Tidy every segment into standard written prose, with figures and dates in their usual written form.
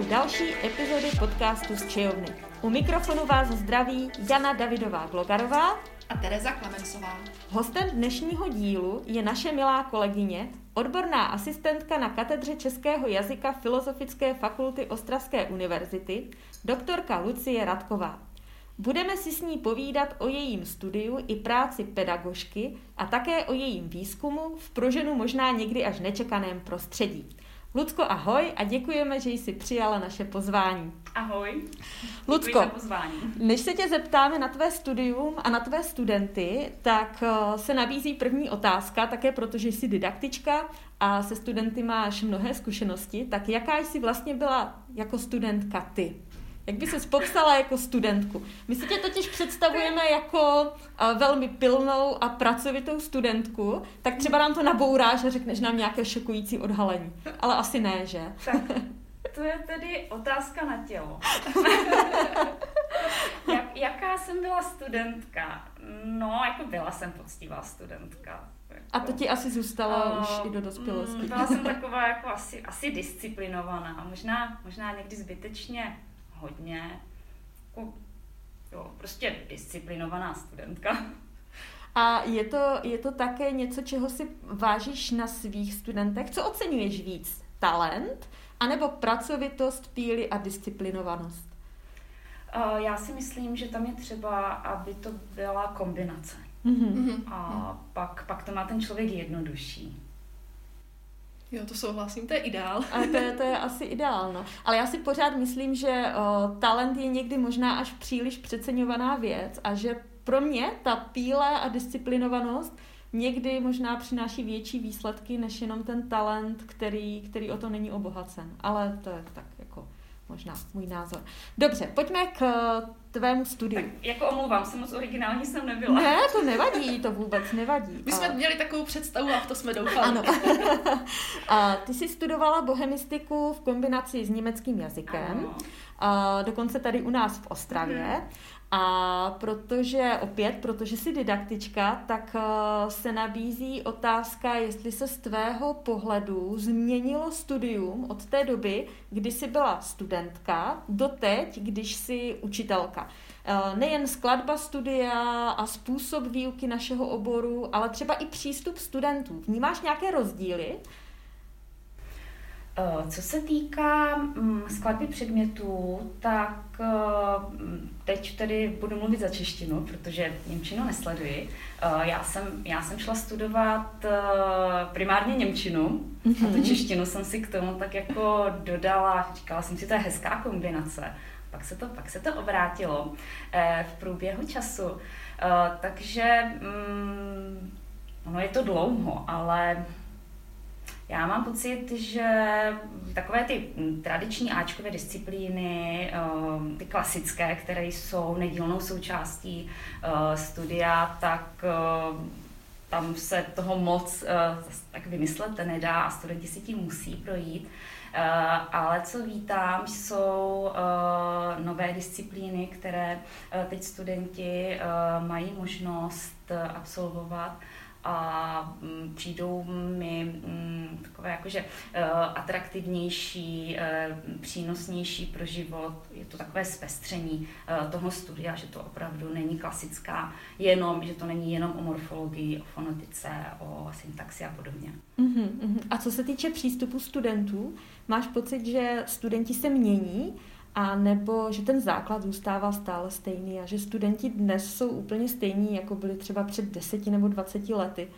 další epizody podcastu z Čejovny. U mikrofonu vás zdraví Jana Davidová-Glogarová a Tereza Klemensová. Hostem dnešního dílu je naše milá kolegyně, odborná asistentka na katedře českého jazyka Filozofické fakulty Ostravské univerzity, doktorka Lucie Radková. Budeme si s ní povídat o jejím studiu i práci pedagožky a také o jejím výzkumu v pro ženu možná někdy až nečekaném prostředí. Lucko, ahoj a děkujeme, že jsi přijala naše pozvání. Ahoj, Lucko, za pozvání. Než se tě zeptáme na tvé studium a na tvé studenty, tak se nabízí první otázka, také protože jsi didaktička a se studenty máš mnohé zkušenosti, tak jaká jsi vlastně byla jako studentka ty? Jak by ses popsala jako studentku? My si tě totiž představujeme jako velmi pilnou a pracovitou studentku, tak třeba nám to nabouráš a řekneš nám nějaké šokující odhalení. Ale asi ne, že? Tak, to je tedy otázka na tělo. Jaká jsem byla studentka? No, jako byla jsem poctivá studentka. Jako. A to ti asi zůstalo už i do dospělosti. Byla jsem taková jako asi disciplinovaná. Možná někdy zbytečně hodně, jako, prostě disciplinovaná studentka. A je to také něco, čeho si vážíš na svých studentech? Co oceňuješ víc? Talent, anebo pracovitost, píly a disciplinovanost? Já si myslím, že tam je třeba, aby to byla kombinace. A pak to má ten člověk jednodušší. Jo, to souhlasím, to je ideál. Ale to je asi ideál, no. Ale já si pořád myslím, že talent je někdy možná až příliš přeceňovaná věc a že pro mě ta píle a disciplinovanost někdy možná přináší větší výsledky, než jenom ten talent, který o to není obohacen. Ale to je tak jako možná můj názor. Dobře, pojďme k tvému studiu. Tak jako omlouvám se, moc originální jsem nebyla. Ne, to nevadí, to vůbec nevadí. My jsme měli takovou představu a v to jsme doufali. Ano. A ty jsi studovala bohemistiku v kombinaci s německým jazykem, dokonce tady u nás v Ostravě. A protože jsi didaktička, tak se nabízí otázka, jestli se z tvého pohledu změnilo studium od té doby, kdy jsi byla studentka, do teď, když jsi učitelka. Nejen skladba studia a způsob výuky našeho oboru, ale třeba i přístup studentů. Vnímáš nějaké rozdíly? Co se týká skladby předmětů, tak teď tedy budu mluvit za češtinu, protože němčinu nesleduji. Já jsem šla studovat primárně němčinu a tu češtinu jsem si k tomu tak jako dodala, říkala jsem si, to je hezká kombinace. Pak se to obrátilo v průběhu času. Takže ono je to dlouho, ale já mám pocit, že takové ty tradiční áčkové disciplíny, ty klasické, které jsou nedílnou součástí studia, tak tam se toho moc tak vymyslet nedá a studenti si tím musí projít. Ale co vítám, jsou nové disciplíny, které teď studenti mají možnost absolvovat. A přijdou mi takové jakože atraktivnější, přínosnější pro život. Je to takové zpestření toho studia, že to opravdu není klasická, že to není jenom o morfologii, o fonetice, o syntaxi a podobně. A co se týče přístupu studentů, máš pocit, že studenti se mění, a nebo že ten základ zůstává stále stejný a že studenti dnes jsou úplně stejní, jako byli třeba před 10 nebo 20 lety?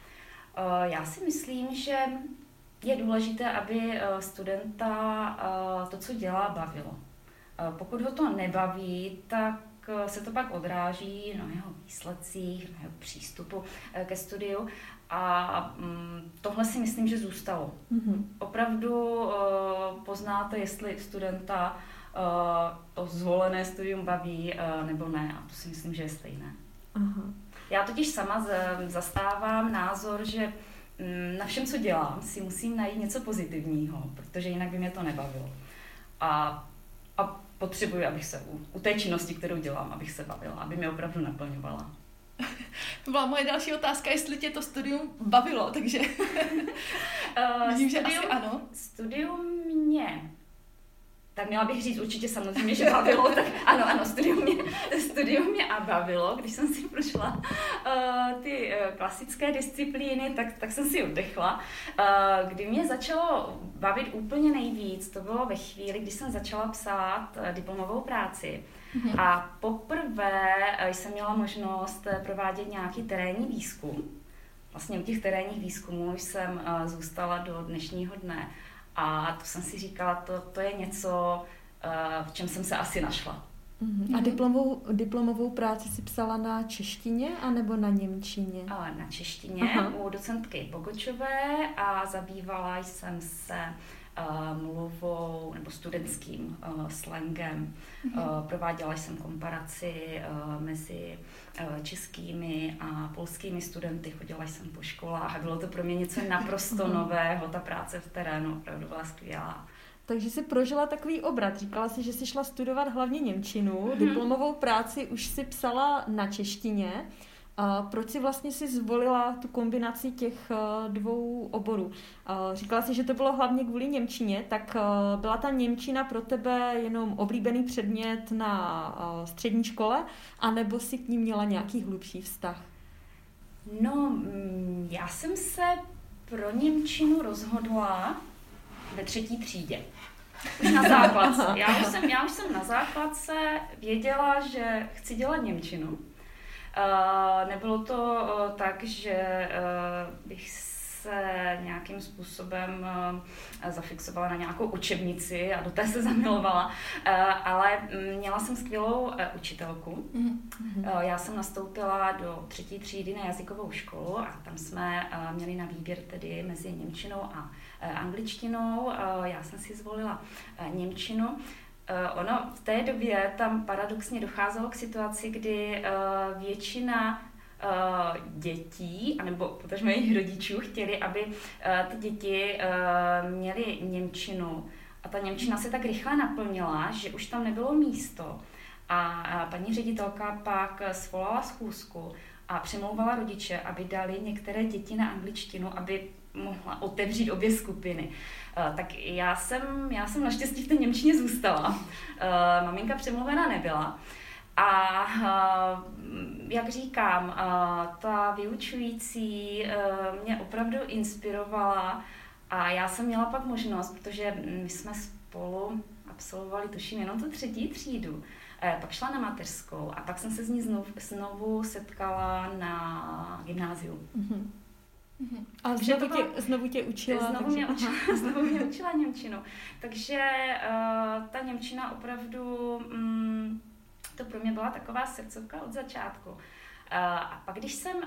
Já si myslím, že je důležité, aby studenta to, co dělá, bavilo. Pokud ho to nebaví, tak se to pak odráží na jeho výsledcích, na jeho přístupu ke studiu a tohle si myslím, že zůstalo. Opravdu poznáte, jestli studenta to zvolené studium baví nebo ne, a to si myslím, že je stejné. Aha. Já totiž sama zastávám názor, že na všem, co dělám, si musím najít něco pozitivního, protože jinak by mě to nebavilo. A potřebuji, abych se u té činnosti, kterou dělám, abych se bavila, aby mě opravdu naplňovala. To byla moje další otázka, jestli tě to studium bavilo, takže vidím, že asi ano. Studium mě tak měla bych říct určitě samozřejmě, že bavilo, tak ano, studium mě a bavilo, když jsem si prošla ty klasické disciplíny, tak jsem si oddechla. Kdy mě začalo bavit úplně nejvíc, to bylo ve chvíli, kdy jsem začala psát diplomovou práci. A poprvé jsem měla možnost provádět nějaký terénní výzkum. Vlastně u těch terénních výzkumů jsem zůstala do dnešního dne. A to jsem si říkala, to je něco, v čem jsem se asi našla. A diplomovou práci si psala na češtině anebo na němčině? Na češtině, u docentky Bogočové a zabývala jsem se mluvou nebo studentským slangem. Prováděla jsem komparaci mezi českými a polskými studenty, chodila jsem po školách a bylo to pro mě něco naprosto nového, ta práce v terénu opravdu byla skvělá. Takže jsi prožila takový obrat. Říkala jsi, že jsi šla studovat hlavně němčinu, diplomovou práci už si psala na češtině. Proč si vlastně si zvolila tu kombinaci těch dvou oborů? Říkala jsi, že to bylo hlavně kvůli němčině, tak byla ta němčina pro tebe jenom oblíbený předmět na střední škole, anebo si k ní měla nějaký hlubší vztah? No, já jsem se pro němčinu rozhodla ve 3. třídě. Už na základce. Já už jsem na základce věděla, že chci dělat němčinu. Nebylo to tak, že bych se nějakým způsobem zafixovala na nějakou učebnici a do té se zamilovala, ale měla jsem skvělou učitelku. Já jsem nastoupila do 3. třídy na jazykovou školu a tam jsme měli na výběr tedy mezi němčinou a angličtinou. Já jsem si zvolila němčinu. Ono v té době tam paradoxně docházelo k situaci, kdy většina dětí, anebo potažmo jejich rodičů, chtěli, aby ty děti měly němčinu. A ta němčina se tak rychle naplnila, že už tam nebylo místo. A paní ředitelka pak svolala schůzku a přemlouvala rodiče, aby dali některé děti na angličtinu, aby mohla otevřít obě skupiny. Tak já jsem naštěstí v té němčině zůstala. Maminka přemluvená nebyla. A jak říkám, ta vyučující mě opravdu inspirovala a já jsem měla pak možnost, protože my jsme spolu absolvovali, tuším, jenom tu 3. třídu. Pak šla na mateřskou a pak jsem se z ní znovu setkala na gymnáziu. A znovu tě učila? Znovu mě učila němčinu. Takže ta němčina opravdu, to pro mě byla taková srdcovka od začátku. A pak, když jsem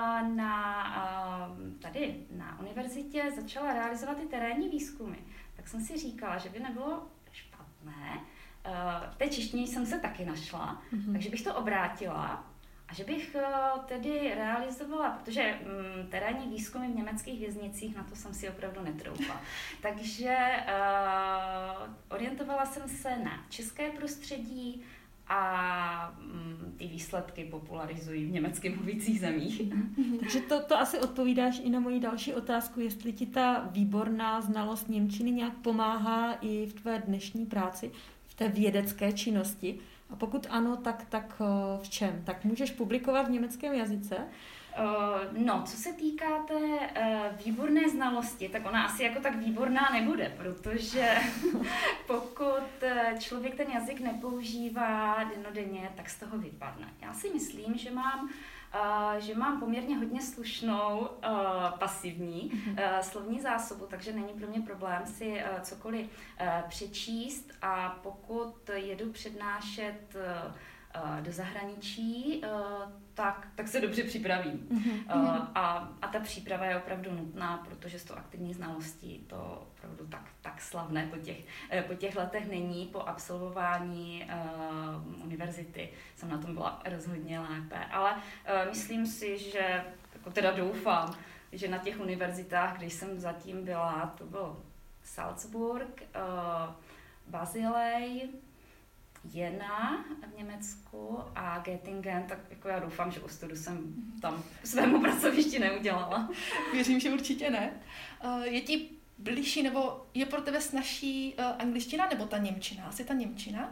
tady na univerzitě začala realizovat ty terénní výzkumy, tak jsem si říkala, že by nebylo špatné. V té češtině jsem se taky našla, takže bych to obrátila a že bych tedy realizovala, protože terénní výzkumy v německých věznicích, na to jsem si opravdu netroufla. Takže orientovala jsem se na české prostředí a ty výsledky popularizují v německy mluvících zemích. Takže to asi odpovídáš i na moji další otázku, jestli ti ta výborná znalost němčiny nějak pomáhá i v tvé dnešní práci, v té vědecké činnosti. A pokud ano, tak v čem? Tak můžeš publikovat v německém jazyce? No, co se týká té výborné znalosti, tak ona asi jako tak výborná nebude, protože pokud člověk ten jazyk nepoužívá dennodenně, tak z toho vypadne. Já si myslím, že mám poměrně hodně slušnou pasivní slovní zásobu, takže není pro mě problém si cokoliv přečíst a pokud jedu přednášet do zahraničí, tak se dobře připravím. A ta příprava je opravdu nutná, protože s tou aktivní znalostí to opravdu tak slavné po těch letech není. Po absolvování univerzity jsem na tom byla rozhodně lépe. Ale myslím si, že jako teda doufám, že na těch univerzitách, když jsem zatím byla, to byl Salzburg, Basilej, Jena v Německu a Göttingen, tak jako já doufám, že ostudu jsem tam svému pracovišti neudělala. Věřím, že určitě ne. Je ti bližší, nebo je pro tebe snazší angličtina nebo ta němčina? Asi ta němčina?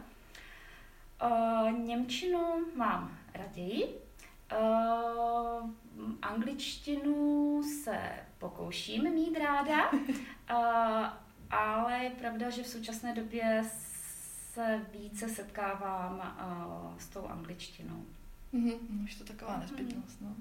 Němčinu mám raději. Angličtinu se pokouším mít ráda, ale je pravda, že v současné době se více setkávám s tou angličtinou. Už to taková nezbytnost. No.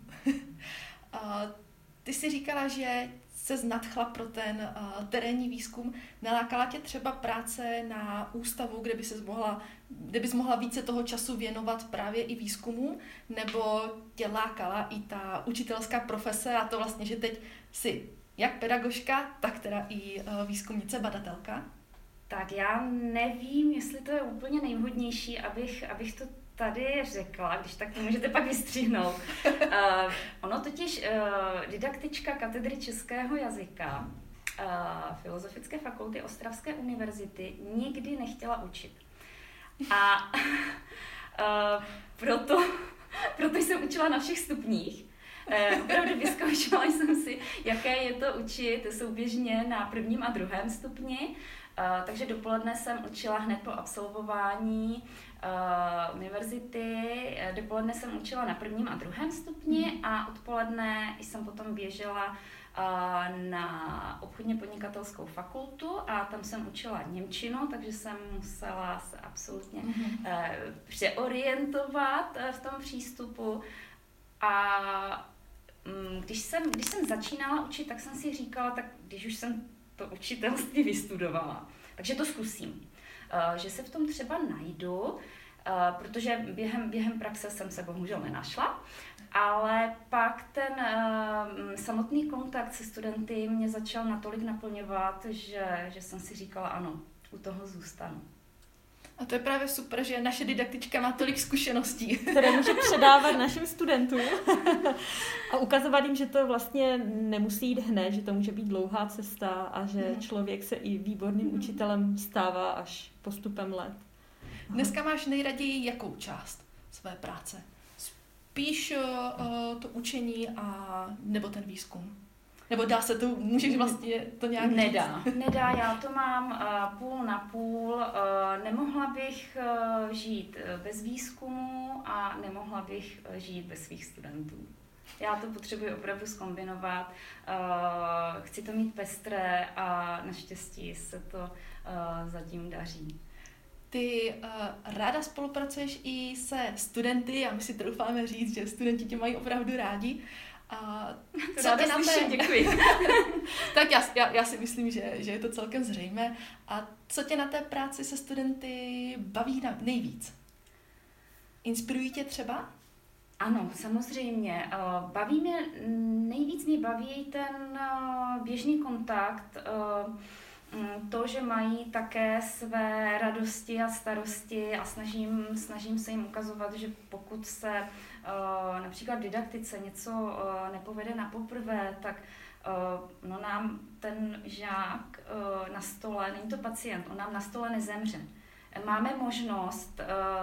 Ty jsi říkala, že se nadchla pro ten terénní výzkum. Nalákala tě třeba práce na ústavu, kde bys mohla více toho času věnovat právě i výzkumu, nebo tě lákala i ta učitelská profese a to vlastně, že teď jsi jak pedagožka, tak teda i výzkumnice, badatelka? Tak já nevím, jestli to je úplně nejvhodnější, abych to tady řekla, když tak to můžete pak vystřihnout. Ono totiž didaktička katedry českého jazyka Filozofické fakulty Ostravské univerzity nikdy nechtěla učit. A proto jsem učila na všech stupních. Opravdu vyzkoušela jsem si, jaké je to učit souběžně na 1. a 2. stupni. Takže dopoledne jsem učila hned po absolvování univerzity. Dopoledne jsem učila na 1. a 2. stupni a odpoledne jsem potom běžela na obchodně podnikatelskou fakultu a tam jsem učila němčinu, takže jsem musela se absolutně přeorientovat v tom přístupu. A když jsem začínala učit, tak jsem si říkala, tak když už jsem to učitelství vystudovala, takže to zkusím. Že se v tom třeba najdu, protože během praxe jsem se bohužel nenašla, ale pak ten samotný kontakt se studenty mě začal natolik naplňovat, že jsem si říkala ano, u toho zůstanu. A to je právě super, že naše didaktička má tolik zkušeností. Které může předávat našim studentům a ukazovat jim, že to vlastně nemusí jít hned, že to může být dlouhá cesta a že člověk se i výborným učitelem stává až postupem let. Dneska máš nejraději jakou část své práce? Spíš to učení nebo ten výzkum? Nebo dá se to, můžeš vlastně to nějak Nedá, já to mám půl na půl. Nemohla bych žít bez výzkumu a nemohla bych žít bez svých studentů. Já to potřebuji opravdu zkombinovat. Chci to mít pestré a naštěstí se to zatím daří. Ty ráda spolupracuješ i se studenty a my si troufáme říct, že studenti tě mají opravdu rádi. Děkuji. Tak já si myslím, že je to celkem zřejmé. A co tě na té práci se studenty baví nejvíc? Inspirují tě třeba? Ano, samozřejmě. Nejvíc mě baví ten běžný kontakt, to, že mají také své radosti a starosti a snažím se jim ukazovat, že pokud se například v didaktice něco nepovede na poprvé, tak nám ten žák na stole, není to pacient, on nám na stole nezemře. Máme možnost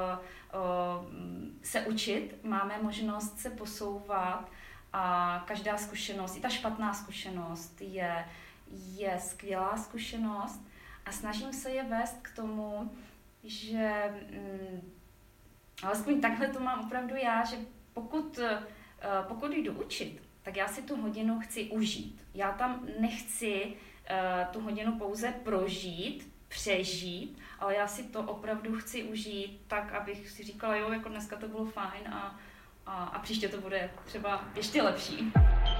se učit, máme možnost se posouvat a každá zkušenost, i ta špatná zkušenost je skvělá zkušenost a snažím se je vést k tomu, že alespoň takhle to mám opravdu já, že pokud jdu učit, tak já si tu hodinu chci užít. Já tam nechci tu hodinu pouze přežít, ale já si to opravdu chci užít tak, abych si říkala, jo, jako dneska to bylo fajn a příště to bude třeba ještě lepší.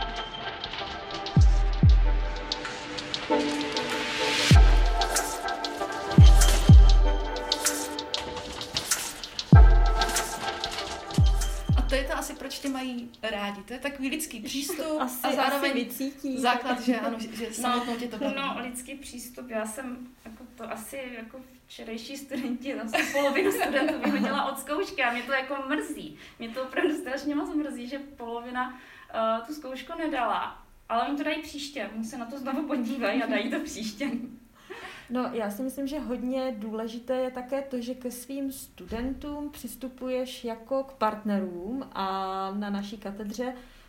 To je to asi, proč tě mají rádi. To je takový lidský přístup asi, a zároveň vycítí. Základ, že ano, že samotnou tě to baví. No, lidský přístup. Já jsem to asi včerejší studenti, zase polovinu studentů vyhodila od zkoušky a mě to jako mrzí. Mě to opravdu strašně moc mrzí, že polovina tu zkoušku nedala. Ale oni to dají příště, oni se na to znovu podívají a dají to příště. No, já si myslím, že hodně důležité je také to, že ke svým studentům přistupuješ jako k partnerům a na naší katedře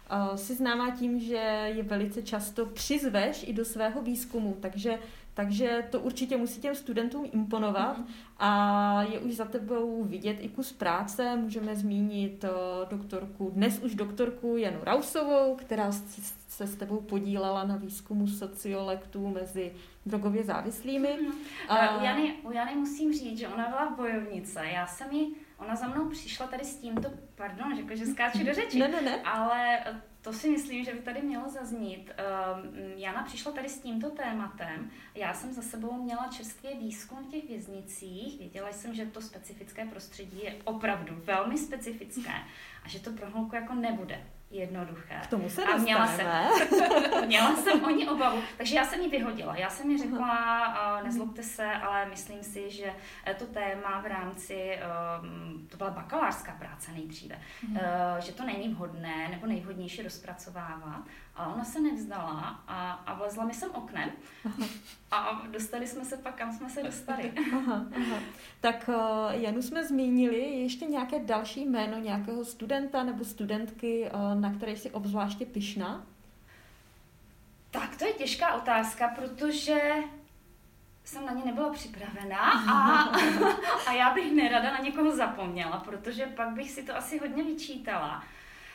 si známá tím, že je velice často přizveš i do svého výzkumu, takže to určitě musí těm studentům imponovat a je už za tebou vidět i kus práce. Můžeme zmínit dnes už doktorku Janu Rausovou, která se s tebou podílela na výzkumu sociolektů mezi drogově závislými. U Jany musím říct, že ona byla bojovnice. Ona za mnou přišla tady s tímto, pardon, že skáču do řeči, ne. Ale to si myslím, že by tady mělo zaznít. Jana přišla tady s tímto tématem. Já jsem za sebou měla čerstvě výzkum v těch věznicích. Věděla jsem, že to specifické prostředí je opravdu velmi specifické a že to pro holku jako nebude jednoduché. K tomu se dostaneme. Měla jsem o ní obavu, takže já jsem ji vyhodila. Já jsem jí řekla, nezlobte se, ale myslím si, že to téma v rámci, to byla bakalářská práce nejdříve, že to není vhodné nebo nejvhodnější rozpracovávat, ale ona se nevzdala a vlezla mi sem oknem a dostali jsme se pak, kam jsme se dostali. Aha. Tak Janu jsme zmínili, ještě nějaké další jméno nějakého studenta nebo studentky, na které jsi obzvláště pyšná? Tak to je těžká otázka, protože jsem na ně nebyla připravená a já bych nerada na někoho zapomněla, protože pak bych si to asi hodně vyčítala.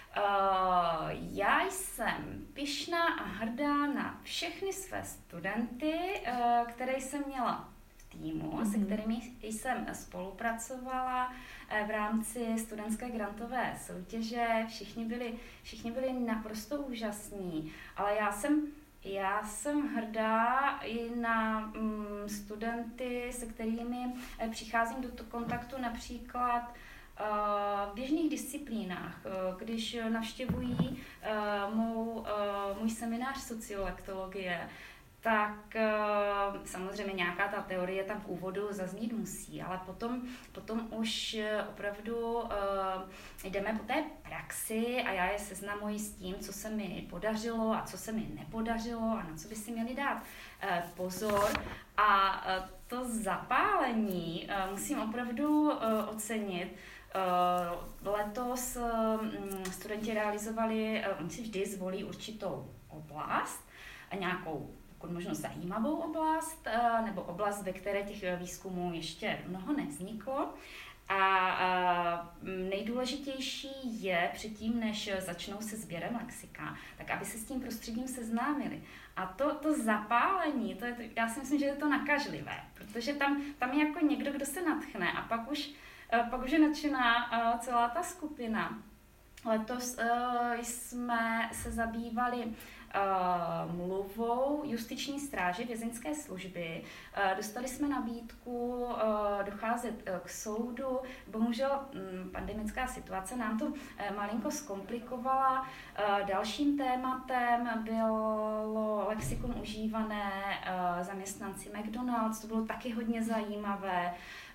Já jsem pyšná a hrdá na všechny své studenty, které jsem měla v týmu, se kterými jsem spolupracovala v rámci studentské grantové soutěže. Všichni byli naprosto úžasní, ale já jsem hrdá i na studenty, se kterými přicházím do kontaktu například v běžných disciplínách, když navštěvují můj seminář sociolektologie, tak samozřejmě nějaká ta teorie tam v úvodu zaznít musí, ale potom už opravdu jdeme po té praxi a já je seznamuji s tím, co se mi podařilo a co se mi nepodařilo a na co by si měli dát pozor. A to zapálení musím opravdu ocenit. Letos studenti realizovali, oni si vždy zvolí určitou oblast a nějakou pokud možno zajímavou oblast, nebo oblast, ve které těch výzkumů ještě mnoho nevzniklo. A nejdůležitější je předtím, než začnou se sběrem lexika, tak aby se s tím prostředím seznámili. A to zapálení, já si myslím, že je to nakažlivé, protože tam je jako někdo, kdo se nadchne a pak už je nadšená celá ta skupina. Letos jsme se zabývali mluvou justiční stráže vězeňské služby. Dostali jsme nabídku docházet k soudu. Bohužel pandemická situace nám to malinko zkomplikovala. Dalším tématem bylo lexikum užívané zaměstnanci McDonald's. To bylo taky hodně zajímavé.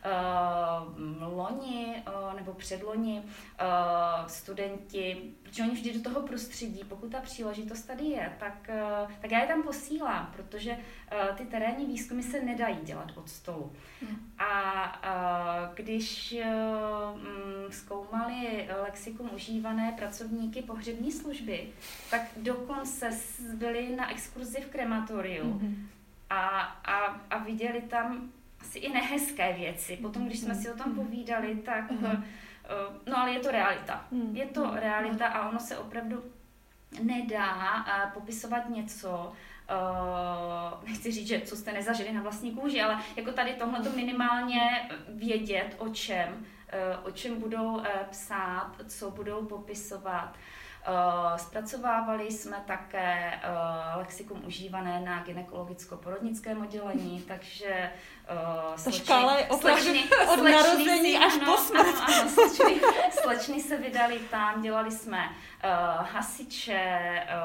Loni nebo předloni studenti, protože oni vždy do toho prostředí, pokud ta příležitost tady je, tak já je tam posílám, protože ty terénní výzkumy se nedají dělat od stolu. A když zkoumali lexikum užívané pracovníky pohřební služby, tak dokonce byli na exkurzi v krematoriu a viděli tam asi i nehezké věci. Potom, když jsme si o tom povídali, tak no ale je to realita. Je to realita a ono se opravdu nedá popisovat něco, nechci říct, že co jste nezažili na vlastní kůži, ale jako tady tohleto minimálně vědět, o čem budou psát, co budou popisovat. Zpracovávali jsme také lexikum užívané na gynekologicko-porodnickém oddělení, takže ta škála je opravdu od narození až po smrt. Slečny se vydali tam, dělali jsme hasiče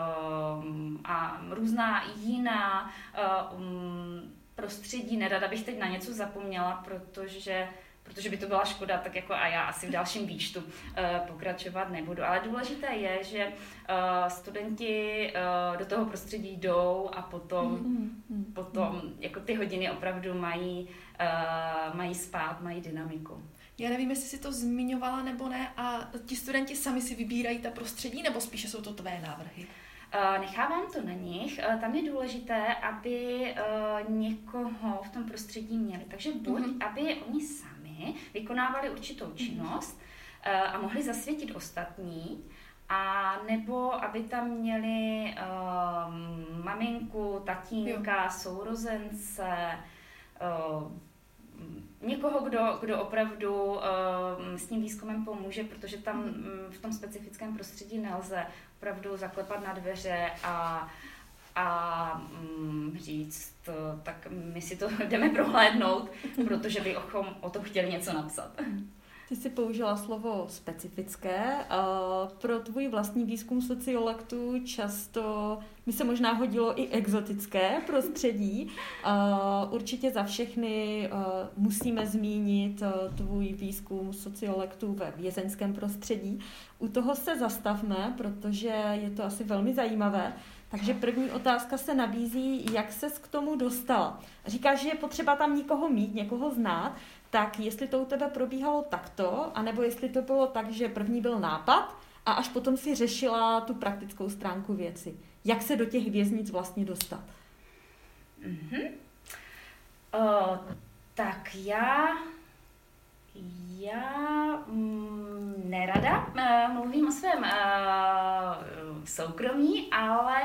a různá jiná prostředí. Nerada bych teď na něco zapomněla, protože by to byla škoda, tak jako a já asi v dalším výčtu pokračovat nebudu. Ale důležité je, že studenti do toho prostředí jdou a potom jako ty hodiny opravdu mají spát, mají dynamiku. Já nevím, jestli si to zmiňovala nebo ne, a ti studenti sami si vybírají ta prostředí, nebo spíše jsou to tvé návrhy? Nechávám to na nich. Tam je důležité, aby někoho v tom prostředí měli. Takže buď, aby oni sami vykonávali určitou činnost a mohli zasvětit ostatní, a nebo aby tam měli maminku, tatínka, sourozence, někoho, kdo opravdu s tím výzkumem pomůže, protože tam v tom specifickém prostředí nelze opravdu zaklepat na dveře a říct, tak my si to jdeme prohlédnout, protože bychom o tom chtěli něco napsat. Ty jsi použila slovo specifické. Pro tvůj vlastní výzkum sociologů často by se možná hodilo i exotické prostředí. Určitě za všechny musíme zmínit tvůj výzkum sociologů ve vězeňském prostředí. U toho se zastavme, protože je to asi velmi zajímavé. Takže první otázka se nabízí, jak ses k tomu dostala. Říkáš, že je potřeba tam někoho mít, někoho znát, tak jestli to u tebe probíhalo takto, anebo jestli to bylo tak, že první byl nápad a až potom si řešila tu praktickou stránku věci. Jak se do těch věznic vlastně dostat? Tak já nerada mluvím o svém soukromí, ale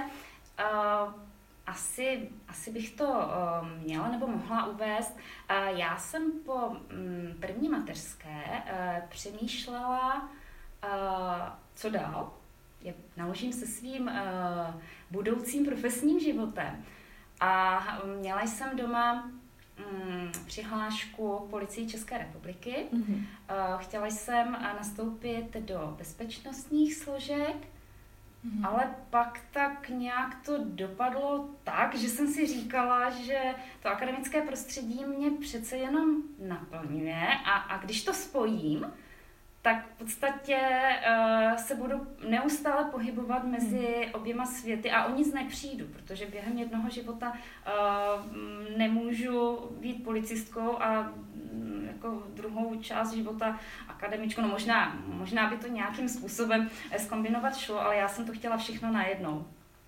asi bych to měla nebo mohla uvést. Já jsem po první mateřské přemýšlela, co dál. Naložím se svým budoucím profesním životem. A měla jsem doma přihlášku k Policii České republiky. Chtěla jsem nastoupit do bezpečnostních složek, ale pak tak nějak to dopadlo tak, že jsem si říkala, že to akademické prostředí mě přece jenom naplňuje a když to spojím, tak v podstatě se budu neustále pohybovat mezi oběma světy a o nic nepřijdu, protože během jednoho života nemůžu být policistkou a jako druhou část života akademičkou. No možná by to nějakým způsobem zkombinovat šlo, ale já jsem to chtěla všechno najednou.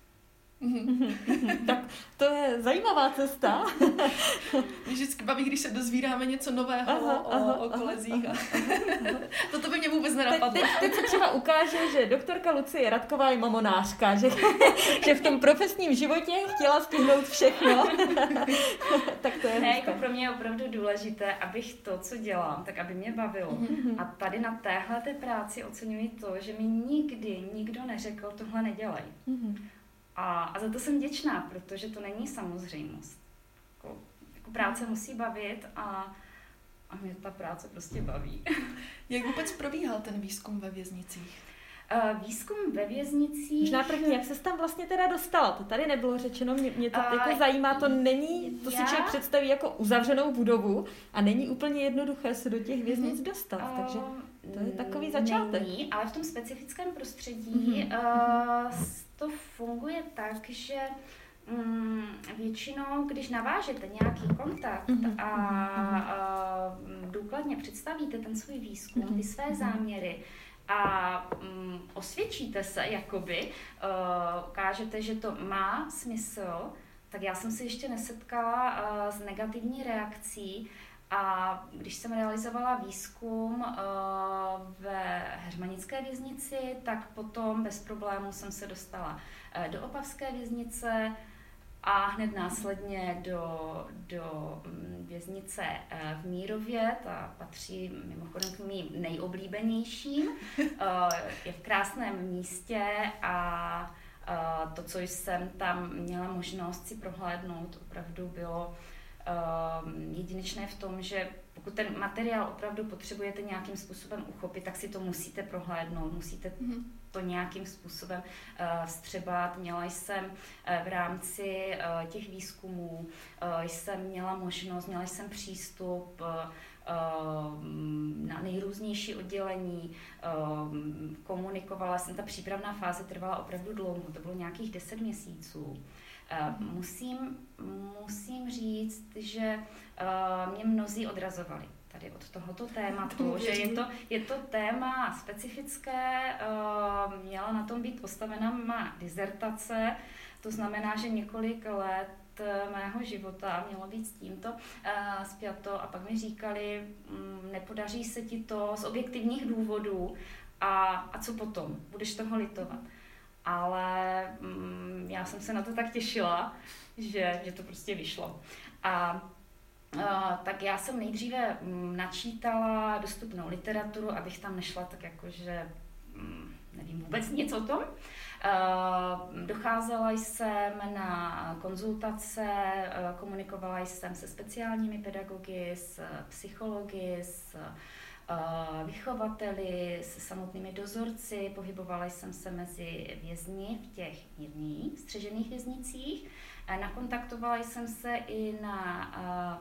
Tak to je zajímavá cesta. Mě vždycky baví, když se dozvíráme něco nového o kolezích. Toto by mě vůbec nenapadlo. Teď se třeba ukáže, že doktorka Lucie Radková je mamonářka, že v tom profesním životě chtěla stihnout všechno. Tak to je jako pro mě je opravdu důležité, abych to, co dělám, tak aby mě bavilo. A tady na téhleté práci oceňuji to, že mi nikdy nikdo neřekl, tohle nedělej. A za to jsem vděčná, protože to není samozřejmost. Jako práce musí bavit a mě ta práce prostě baví. Jak vůbec probíhal ten výzkum ve věznicích? Výzkum ve věznicích... Možná první, jak ses tam vlastně teda dostala? To tady nebylo řečeno, mě to jako zajímá, to si člověk představí jako uzavřenou budovu a není úplně jednoduché se do těch věznic dostat, takže to je takový začátek. Není, ale v tom specifickém prostředí to funguje tak, že většinou, když navážete nějaký kontakt a důkladně představíte ten svůj výzkum, ty své záměry a osvědčíte se, jakoby, ukážete, že to má smysl, tak já jsem se ještě nesetkala s negativní reakcí. A když jsem realizovala výzkum ve Heřmanické věznici, tak potom bez problémů jsem se dostala do Opavské věznice a hned následně do věznice v Mírově, ta patří mimochodem k mým nejoblíbenějším, je v krásném místě a to, co jsem tam měla možnost si prohlédnout, opravdu bylo jedinečné v tom, že pokud ten materiál opravdu potřebujete nějakým způsobem uchopit, tak si to musíte prohlédnout, musíte to nějakým způsobem vstřebat. Měla jsem v rámci těch výzkumů, měla jsem přístup na nejrůznější oddělení, komunikovala jsem, ta přípravná fáze trvala opravdu dlouho, to bylo nějakých 10 měsíců. Musím říct, že mě mnozí odrazovali. tady od tohoto tématu, že je to téma specifické, měla na tom být postavena má dizertace, to znamená, že několik let mého života mělo být s tímto spjato a pak mi říkali, nepodaří se ti to z objektivních důvodů a co potom, budeš toho litovat. Ale já jsem se na to tak těšila, že to prostě vyšlo. Tak já jsem nejdříve načítala dostupnou literaturu, abych tam nešla tak jako, že nevím vůbec nic o tom. Docházela jsem na konzultace, komunikovala jsem se speciálními pedagogy, s psychologi, s vychovateli, se samotnými dozorci, pohybovala jsem se mezi vězni v těch mírných, střežených věznicích. Nakontaktovala jsem se i na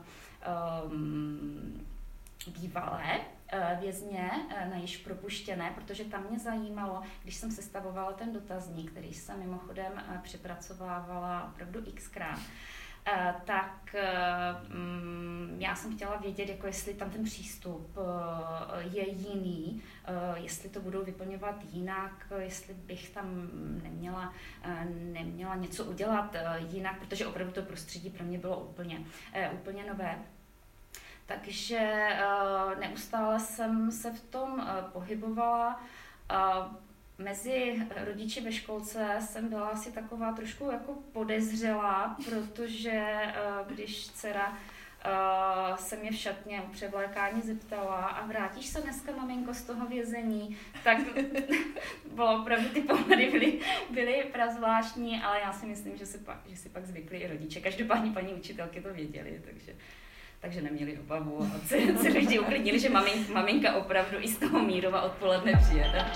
bývalé vězně, na již propuštěné, protože tam mě zajímalo, když jsem sestavovala ten dotazník, který jsem mimochodem přepracovávala opravdu xkrát, tak já jsem chtěla vědět, jako jestli tam ten přístup je jiný, jestli to budou vyplňovat jinak, jestli bych tam neměla něco udělat jinak, protože opravdu to prostředí pro mě bylo úplně nové. Takže neustále jsem se v tom pohybovala. Mezi rodiči ve školce jsem byla asi taková trošku jako podezřelá, protože když dcera se mě v šatně u převlékání zeptala a vrátíš se dneska, maminko, z toho vězení, tak bylo opravdu, ty pohledy byly prazvláštní, ale já si myslím, že si pak zvykli i rodiče. Každopádně paní učitelky to věděli, takže neměli obavu a se vždy uklidnili, že maminka opravdu i z toho Mírova odpoledne přijede.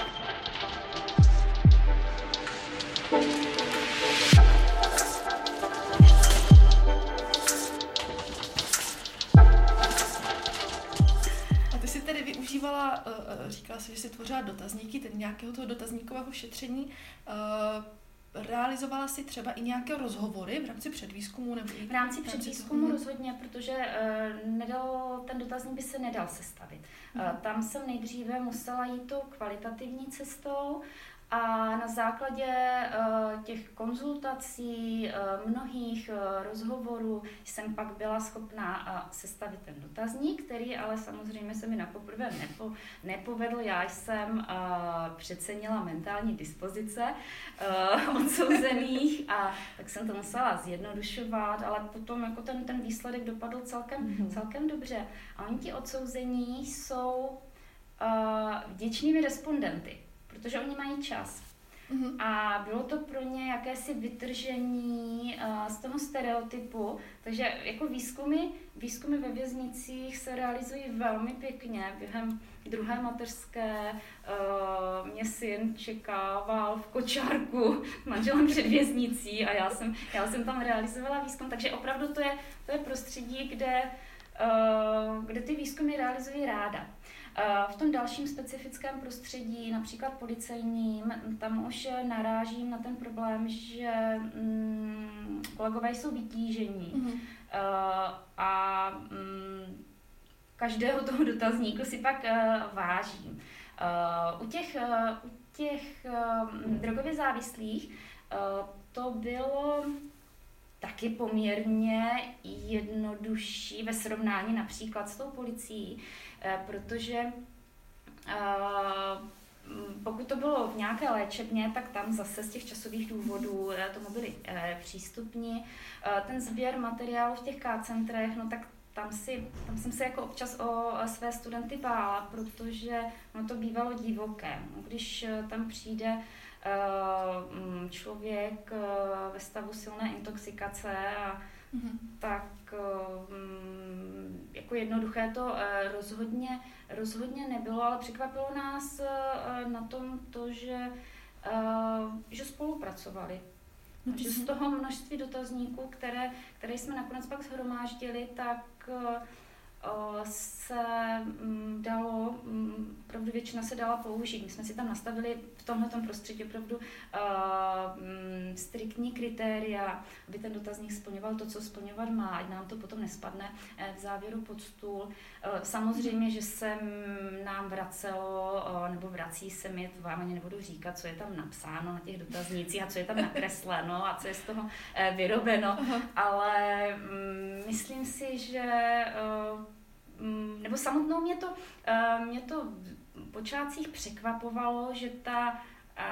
A ty jsi tedy využívala, říkala jsi, že jsi tvořila dotazníky, tedy nějakého toho dotazníkového šetření. Realizovala jsi třeba i nějaké rozhovory v rámci předvýzkumu? Nebo v rámci předvýzkumu rozhodně, protože ten dotazník by se nedal sestavit. Tam jsem nejdříve musela jít tou kvalitativní cestou a na základě těch konzultací, mnohých rozhovorů jsem pak byla schopná sestavit ten dotazník, který ale samozřejmě se mi napoprvé nepovedl. Já jsem přecenila mentální dispozice odsouzených a tak jsem to musela zjednodušovat, ale potom jako ten výsledek dopadl celkem dobře. A oni ti odsouzení jsou vděčnými respondenty, protože oni mají čas. A bylo to pro ně jakési vytržení z toho stereotypu, takže jako výzkumy ve věznicích se realizují velmi pěkně. Během druhé mateřské mě syn čekával v kočárku s manželem před věznicí a já jsem tam realizovala výzkum, takže opravdu to je prostředí, kde ty výzkumy realizují ráda. V tom dalším specifickém prostředí, například policejním, tam už narážím na ten problém, že kolegové jsou vytížení a každého toho dotazníku si pak vážím. U těch drogově závislých to bylo taky poměrně jednodušší ve srovnání například s tou policií, protože pokud to bylo v nějaké léčebně, tak tam zase z těch časových důvodů tomu byli přístupni. Ten sběr materiálu v těch K-centrech, no tak tam jsem se jako občas o své studenty bála, protože no to bývalo divoké. Když tam přijde člověk ve stavu silné intoxikace tak jako jednoduché to rozhodně nebylo, ale překvapilo nás na tom to, že spolupracovali. Že z toho množství dotazníků, které jsme nakonec pak shromáždili, tak se dalo, opravdu většina se dala použít. My jsme si tam nastavili v tomhletom prostředí opravdu striktní kritéria, aby ten dotazník splňoval to, co splňovat má, ať nám to potom nespadne v závěru pod stůl. Samozřejmě, že se nám vracelo, nebo vrací se mi, to vám ani nebudu říkat, co je tam napsáno na těch dotaznících a co je tam nakresleno a co je z toho vyrobeno, ale myslím si, že nebo samotnou mě to v počátcích překvapovalo, že ta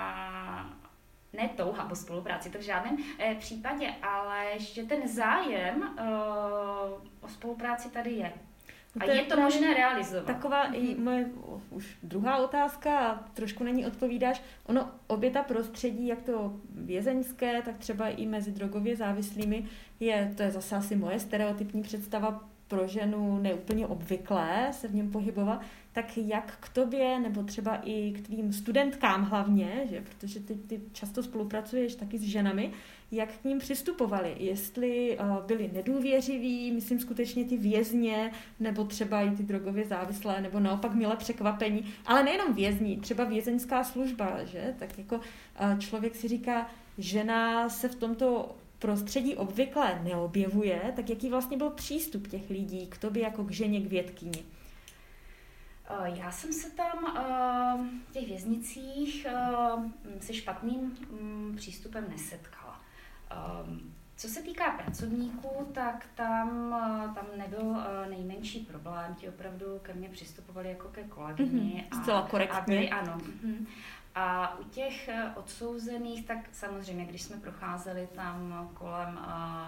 ne touha po spolupráci, to v žádném případě, ale že ten zájem o spolupráci tady je. A je to možné realizovat. Taková i moje už druhá otázka, a trošku na ní odpovídáš. Ono, obě ta prostředí, jak to vězeňské, tak třeba i mezi drogově závislými, to je zase asi moje stereotypní představa, pro ženu neúplně obvyklé se v něm pohybovat, tak jak k tobě, nebo třeba i k tvým studentkám hlavně, že, protože ty často spolupracuješ taky s ženami, jak k ním přistupovali, jestli byli nedůvěřiví, myslím skutečně ty vězně, nebo třeba i ty drogově závislé, nebo naopak mile překvapení, ale nejenom vězni, třeba vězeňská služba, že, tak jako člověk si říká, žena se v tomto prostředí obvykle neobjevuje, tak jaký vlastně byl přístup těch lidí k tobě jako k ženě, k vědkyni? Já jsem se tam v těch věznicích se špatným přístupem nesetkala. Co se týká pracovníků, tak tam nebyl nejmenší problém. Ti opravdu ke mně přistupovali jako ke kolegyni. Zcela korektně. Ano. A u těch odsouzených, tak samozřejmě, když jsme procházeli tam kolem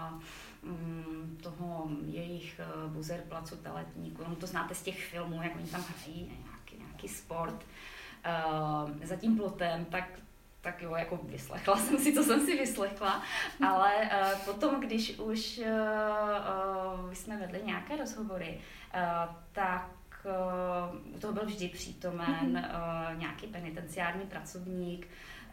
toho jejich buzerplacu teletníku, no to znáte z těch filmů, jak oni tam hrají nějaký sport za tím plotem, tak jo, jako vyslechla jsem si, co jsem si vyslechla, ale potom, když už jsme vedli nějaké rozhovory, tak u toho byl vždy přítomen nějaký penitenciární pracovník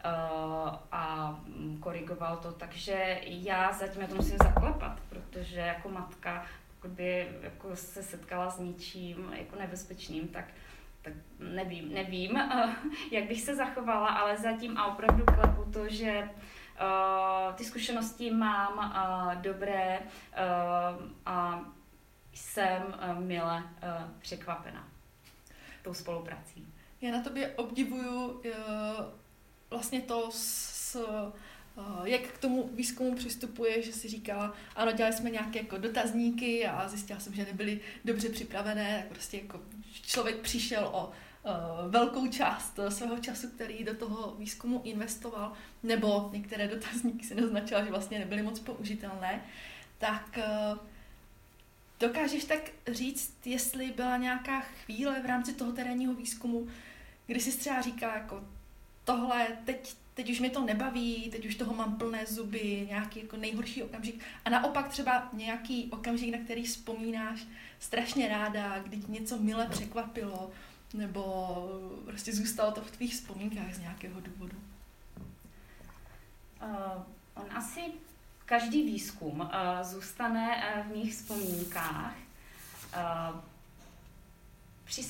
a korigoval to, takže já zatím to musím zaklepat, protože jako matka, pokud by jako se setkala s něčím jako nebezpečným, tak nevím, jak bych se zachovala, ale zatím a opravdu klepu to, že ty zkušenosti mám dobré a jsem mile překvapena tou spoluprací. Já na tobě obdivuju vlastně to, jak k tomu výzkumu přistupuje, že si říkala, ano, dělali jsme nějaké jako dotazníky a zjistila jsem, že nebyly dobře připravené, tak prostě jako člověk přišel o velkou část svého času, který do toho výzkumu investoval, nebo některé dotazníky si naznačila, že vlastně nebyly moc použitelné, tak dokážeš tak říct, jestli byla nějaká chvíle v rámci toho terénního výzkumu, kdy jsi třeba říkala, jako tohle, teď už mě to nebaví, teď už toho mám plné zuby, nějaký jako nejhorší okamžik. A naopak třeba nějaký okamžik, na který vzpomínáš strašně ráda, kdy tě něco mile překvapilo, nebo prostě zůstalo to v tvých vzpomínkách z nějakého důvodu. On asi každý výzkum zůstane v mých vzpomínkách. Při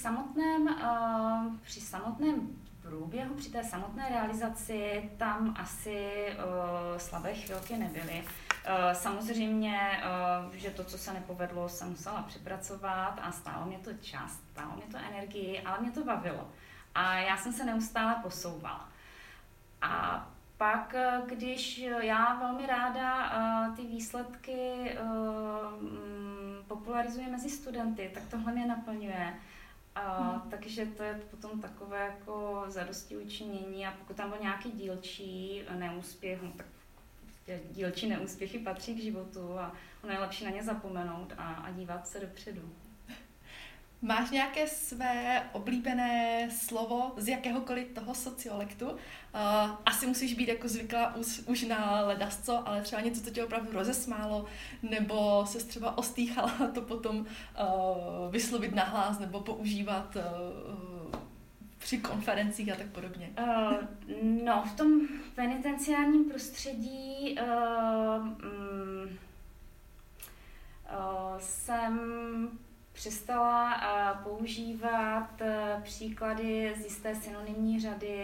samotném průběhu, při té samotné realizaci tam asi slabé chvilky nebyly. Samozřejmě, že to, co se nepovedlo, jsem musela přepracovat a stálo mě to čas, stálo mě to energii, ale mě to bavilo. A já jsem se neustále posouvala. A pak, když já velmi ráda ty výsledky popularizuji mezi studenty, tak tohle mě naplňuje. Takže to je potom takové jako zadostiučinění a pokud tam byl nějaký dílčí neúspěch, no, tak dílčí neúspěchy patří k životu a ono je lepší na ně zapomenout a dívat se dopředu. Máš nějaké své oblíbené slovo z jakéhokoliv toho sociolektu? Asi musíš být jako zvyklá už na ledasco, ale třeba něco, co tě opravdu rozesmálo, nebo se třeba ostýchala to potom vyslovit nahlas nebo používat při konferencích a tak podobně. No, v tom penitenciárním prostředí jsem přestala používat příklady z jisté synonymní řady.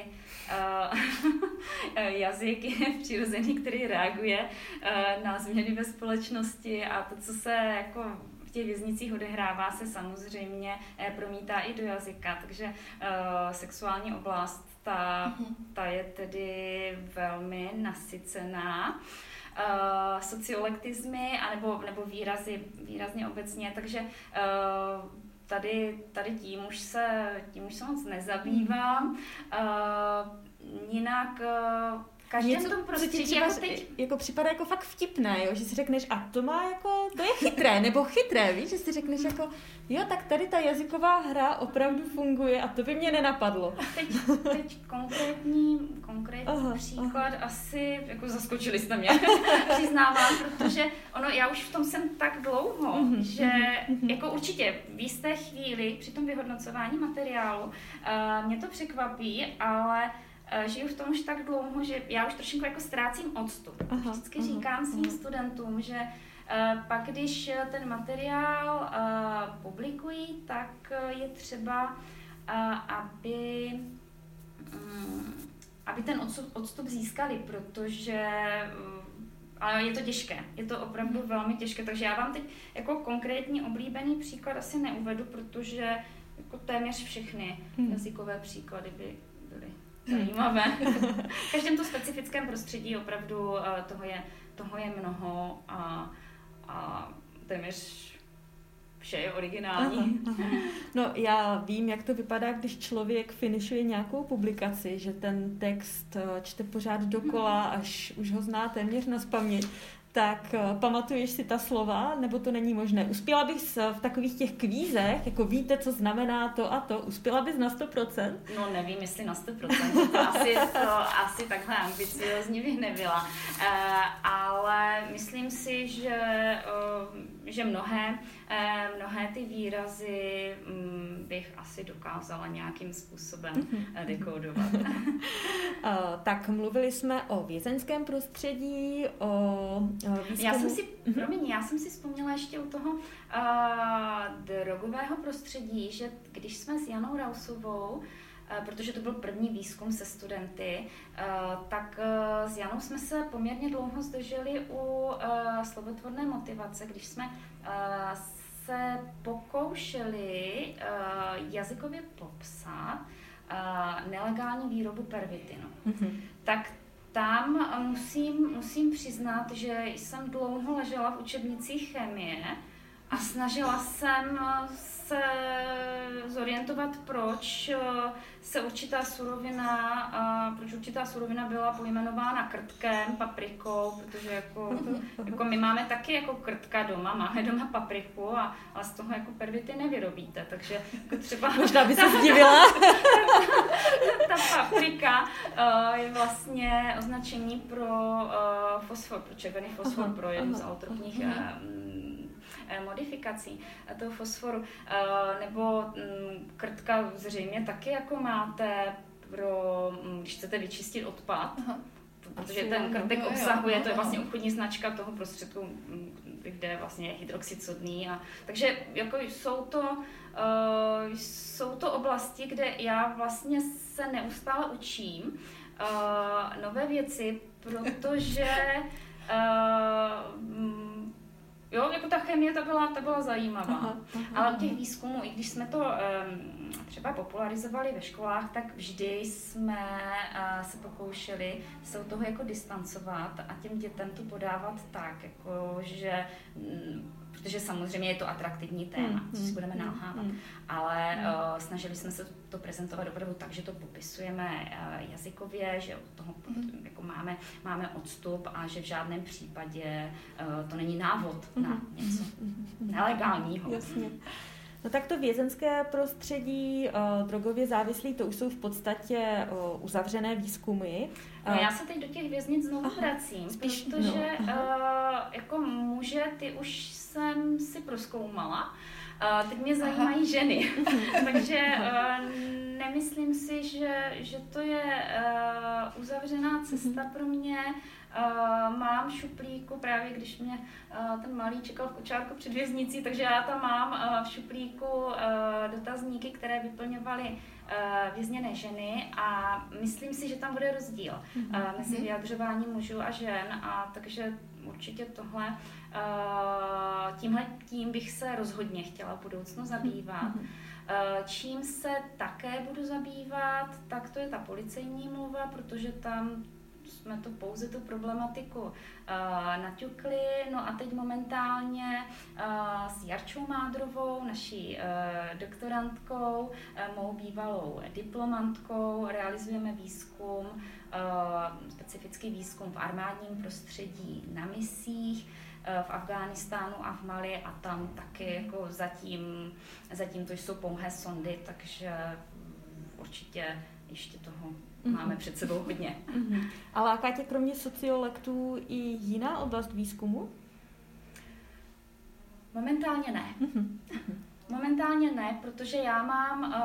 Jazyk je přirozený, který reaguje na změny ve společnosti a to, co se jako v těch věznicích odehrává, se samozřejmě promítá i do jazyka. Takže sexuální oblast, ta je tedy velmi nasycená. Sociolektizmy nebo výrazně obecně, něco tady tím už se moc nezabývám. Jinak každém tom prostředí jako teď jako připadá jako fakt vtipné, jo? Že si řekneš, a to má jako, to je chytré, nebo chytré, víš, že si řekneš jako, jo, tak tady ta jazyková hra opravdu funguje a to by mě nenapadlo. Teď konkrétní příklad asi, jako zaskočili jste mě, přiznávám, protože já už v tom jsem tak dlouho, že jako určitě v jisté chvíli při tom vyhodnocování materiálu mě to překvapí, ale žiju v tom už tak dlouho, že já už trošku jako ztrácím odstup. Vždycky říkám svým studentům, že pak když ten materiál publikují, tak je třeba, aby ten odstup získali, protože ale je to těžké, je to opravdu velmi těžké, takže já vám teď jako konkrétní oblíbený příklad asi neuvedu, protože jako téměř všechny jazykové příklady by byly zajímavé. V každém to specifickém prostředí opravdu toho je mnoho a téměř vše je originální. Aha. No já vím, jak to vypadá, když člověk finišuje nějakou publikaci, že ten text čte pořád dokola, až už ho zná téměř nazpaměť. Tak pamatuješ si ta slova, nebo to není možné? Uspěla bys v takových těch kvízech, jako víte, co znamená to a to, uspěla bys na 100%? No nevím, jestli na 100%, to asi takhle ambiciozní bych nebyla, ale myslím si, že mnohé ty výrazy bych asi dokázala nějakým způsobem dekódovat. Tak mluvili jsme o vězeňském prostředí, o výzkumu. Já jsem si vzpomněla ještě u toho drogového prostředí, že když jsme s Janou Rausovou, protože to byl první výzkum se studenty, tak s Janou jsme se poměrně dlouho zdrželi u slobotvorné motivace, když jsme se pokoušeli jazykově popsat nelegální výrobu pervitinu. Tak tam musím přiznat, že jsem dlouho ležela v učebnicích chemie a snažila jsem se zorientovat, proč určitá surovina byla pojmenována krtkem, paprikou, protože jako my máme taky jako krtka doma, máme doma papriku, ale z toho jako pervity nevyrobíte, takže jako třeba... Možná by se zdivila. Ta paprika je vlastně označení pro fosfor, pro červený fosfor, pro jednu z alotropních modifikací toho fosforu, nebo krtka zřejmě taky jako máte když chcete vyčistit odpad, protože ten krtek obsahuje, to je vlastně obchodní značka toho prostředku, kde vlastně je hydroxid sodný. Takže jako jsou to oblasti, kde já vlastně se neustále učím nové věci, protože jako ta chemie, ta byla zajímavá. Ale u těch výzkumů, i když jsme to třeba popularizovali ve školách, tak vždy jsme se pokoušeli se od toho jako distancovat a těm dětem to podávat tak, jako, že protože samozřejmě je to atraktivní téma, co si budeme nalhávat, ale snažili jsme se to prezentovat opravdu tak, že to popisujeme jazykově, že od toho jako máme odstup a že v žádném případě to není návod na něco nelegálního. Jasně. No tak to vězenské prostředí, drogově závislí, to už jsou v podstatě uzavřené výzkumy. No já se teď do těch věznic znovu vracím, protože jako muže, ty už jsem si prozkoumala. Teď mě zajímají ženy, takže nemyslím si, že to je uzavřená cesta pro mě. mám v šuplíku, právě když mě ten malý čekal v kočárku před věznicí, takže já tam mám v šuplíku dotazníky, které vyplňovaly vězněné ženy a myslím si, že tam bude rozdíl mezi vyjadřováním mužů a žen, a takže určitě tohle, tím bych se rozhodně chtěla v budoucnu zabývat. Čím se také budu zabývat, tak to je ta policejní mluva, protože tam jsme to pouze tu problematiku naťukli. No a teď momentálně s Jarčou Mádrovou, naší doktorantkou, mou bývalou diplomantkou, realizujeme výzkum, specifický výzkum v armádním prostředí na misích, v Afghánistánu a v Mali, a tam taky jako zatím to jsou pouhé sondy, takže určitě ještě toho máme před sebou hodně. A láká tě kromě sociolektů i jiná oblast výzkumu? Momentálně ne. Momentálně ne, protože já mám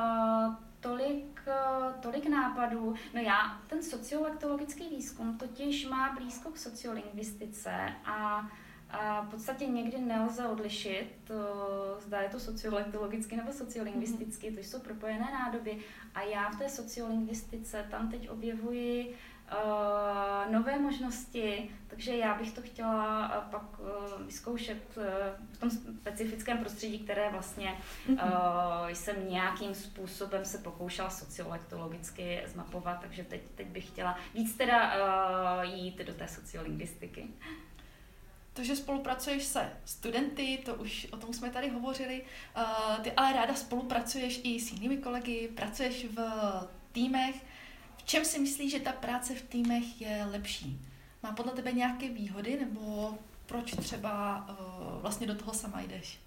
tolik nápadů. No ten sociolektologický výzkum totiž má blízko k sociolingvistice a v podstatě někdy nelze odlišit, zda je to sociolektologicky nebo sociolingvisticky, to jsou propojené nádoby. A já v té sociolingvistice tam teď objevuji nové možnosti, takže já bych to chtěla pak vyzkoušet v tom specifickém prostředí, které vlastně jsem nějakým způsobem se pokoušela sociolektologicky zmapovat, takže teď bych chtěla víc teda jít do té sociolingvistiky. To, že spolupracuješ se studenty, o tom jsme tady hovořili, ty ale ráda spolupracuješ i s jinými kolegy, pracuješ v týmech. V čem si myslíš, že ta práce v týmech je lepší? Má podle tebe nějaké výhody, nebo proč třeba vlastně do toho sama jdeš?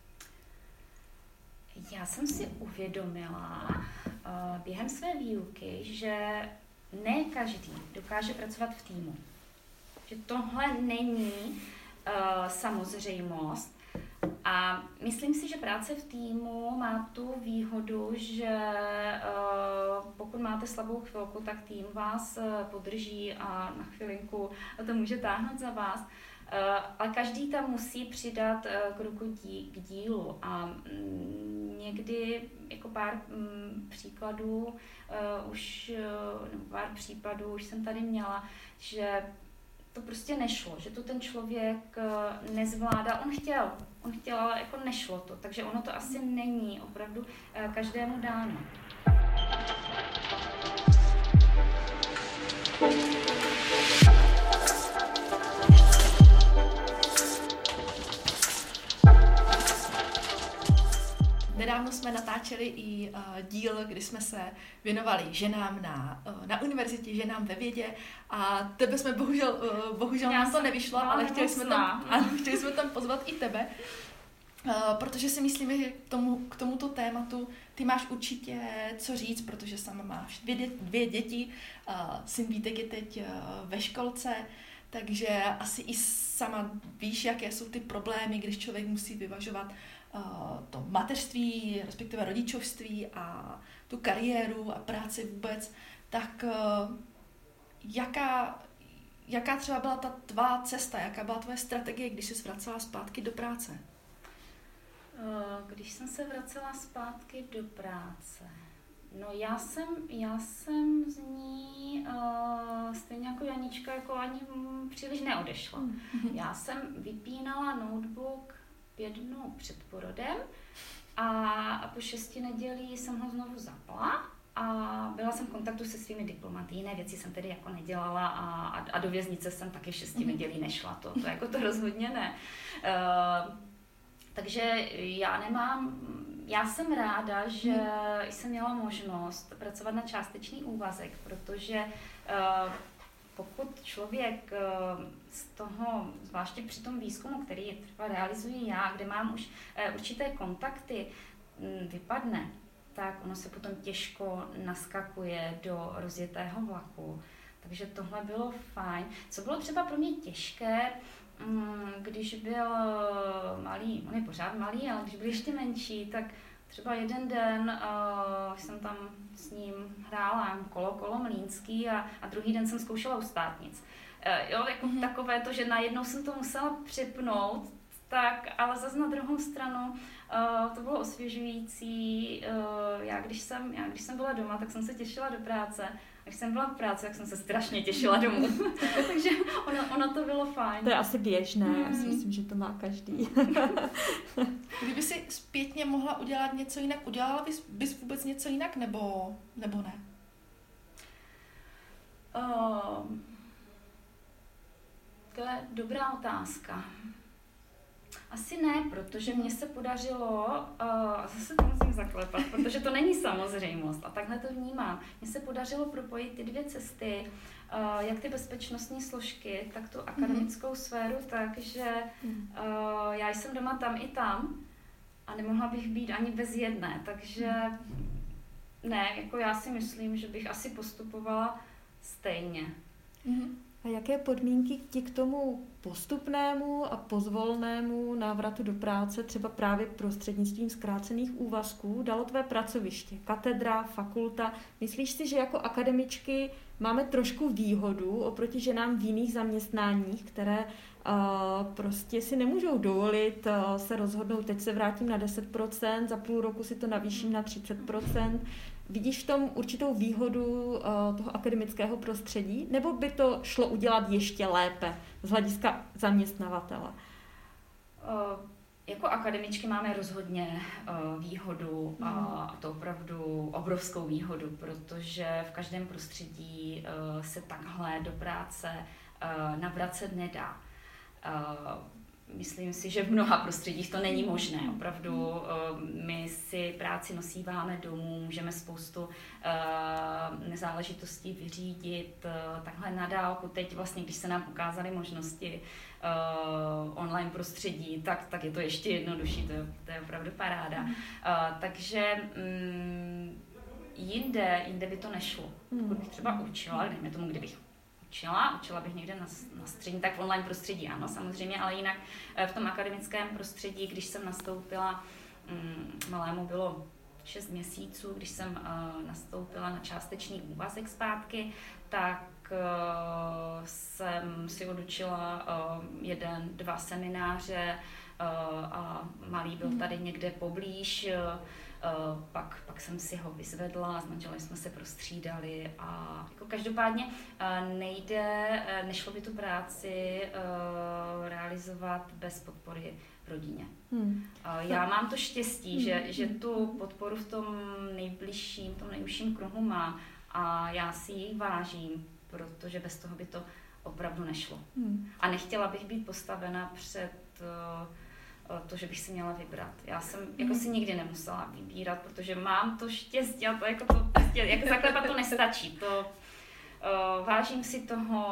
Já jsem si uvědomila během své výuky, že ne každý dokáže pracovat v týmu. Že tohle není samozřejmost. A myslím si, že práce v týmu má tu výhodu, že pokud máte slabou chvilku, tak tým vás podrží a na chvilinku to může táhnout za vás. Ale každý tam musí přidat k ruku k dílu. A někdy jako pár případů už jsem tady měla, že to prostě nešlo, že to ten člověk nezvládal. On chtěl, ale jako nešlo to, takže ono to asi není opravdu každému dáno. Nedávno jsme natáčeli i díl, kdy jsme se věnovali ženám na univerzitě, ženám ve vědě, a tebe jsme bohužel nám to nevyšlo, ale chtěli jsme tam pozvat i tebe, protože si myslíme, že k tomuto tématu ty máš určitě co říct, protože sama máš dvě děti, syn Vítek je teď ve školce, takže asi i sama víš, jaké jsou ty problémy, když člověk musí vyvažovat to mateřství, respektive rodičovství a tu kariéru a práci vůbec, tak jaká třeba byla ta tvá cesta, jaká byla tvoje strategie, když jsi vracela zpátky do práce? Když jsem se vracela zpátky do práce, no já jsem z ní stejně jako Janička jako ani příliš neodešla. Já jsem vypínala notebook 5 dnů před porodem a po 6 nedělí jsem ho znovu zapla a byla jsem v kontaktu se svými diplomaty. Jiné věci jsem tedy jako nedělala a do věznice jsem taky 6 nedělí nešla. To rozhodně ne. Takže já jsem ráda, že jsem měla možnost pracovat na částečný úvazek, protože pokud člověk z toho, zvláště při tom výzkumu, který třeba realizuji já, kde mám už určité kontakty, vypadne, tak ono se potom těžko naskakuje do rozjetého vlaku. Takže tohle bylo fajn. Co bylo třeba pro mě těžké, když byl malý, on je pořád malý, ale když byl ještě menší, tak třeba jeden den jsem tam s ním hrála kolo mlýnský a druhý den jsem zkoušela u státnic. jo, jako takové to, že najednou jsem to musela přepnout, tak, ale zase na druhou stranu to bylo osvěžující. Já když jsem byla doma, tak jsem se těšila do práce. A když jsem byla v práci, tak jsem se strašně těšila domů. Takže ono to bylo fajn. To je asi běžné, já si myslím, že to má každý. Kdyby si zpětně mohla udělat něco jinak, udělala bys vůbec něco jinak, nebo ne? To je dobrá otázka. Asi ne, protože mně se podařilo, a zase to musím zaklepat, protože to není samozřejmost a takhle to vnímám. Mně se podařilo propojit ty dvě cesty, jak ty bezpečnostní složky, tak tu akademickou sféru, takže já jsem doma tam i tam a nemohla bych být ani bez jedné, takže ne, jako já si myslím, že bych asi postupovala stejně. A jaké podmínky ti k tomu postupnému a pozvolnému návratu do práce, třeba právě prostřednictvím zkrácených úvazků, dalo tvé pracoviště, katedra, fakulta? Myslíš si, že jako akademičky máme trošku výhodu oproti ženám v jiných zaměstnáních, které prostě si nemůžou dovolit se rozhodnout, teď se vrátím na 10%, za půl roku si to navýším na 30%. Vidíš v tom určitou výhodu toho akademického prostředí, nebo by to šlo udělat ještě lépe z hlediska zaměstnavatele? Jako akademičky máme rozhodně výhodu a to opravdu obrovskou výhodu, protože v každém prostředí se takhle do práce navracet nedá. Myslím si, že v mnoha prostředích to není možné. Opravdu my si práci nosíváme domů, můžeme spoustu nezáležitostí vyřídit takhle na dálku. Teď vlastně, když se nám ukázaly možnosti online prostředí, tak je to ještě jednodušší, to je opravdu paráda. Takže jinde by to nešlo. Pokud bych třeba učila, dejme tomu, kdybych učila bych někde na střední, tak v online prostředí ano, samozřejmě, ale jinak v tom akademickém prostředí, když jsem nastoupila, malému bylo 6 měsíců, když jsem nastoupila na částečný úvazek zpátky, tak jsem si odučila 1-2 semináře a malý byl tady někde poblíž. Pak jsem si ho vyzvedla, s manželem jsme se prostřídali a jako každopádně nešlo by tu práci realizovat bez podpory v rodině. Já mám to štěstí, že tu podporu v tom nejbližším kruhu mám a já si ji vážím, protože bez toho by to opravdu nešlo. A nechtěla bych být postavena před to, že bych si měla vybrat. Já jsem jako si nikdy nemusela vybírat, protože mám to štěstí a to jako zaklepat to nestačí. Vážím si toho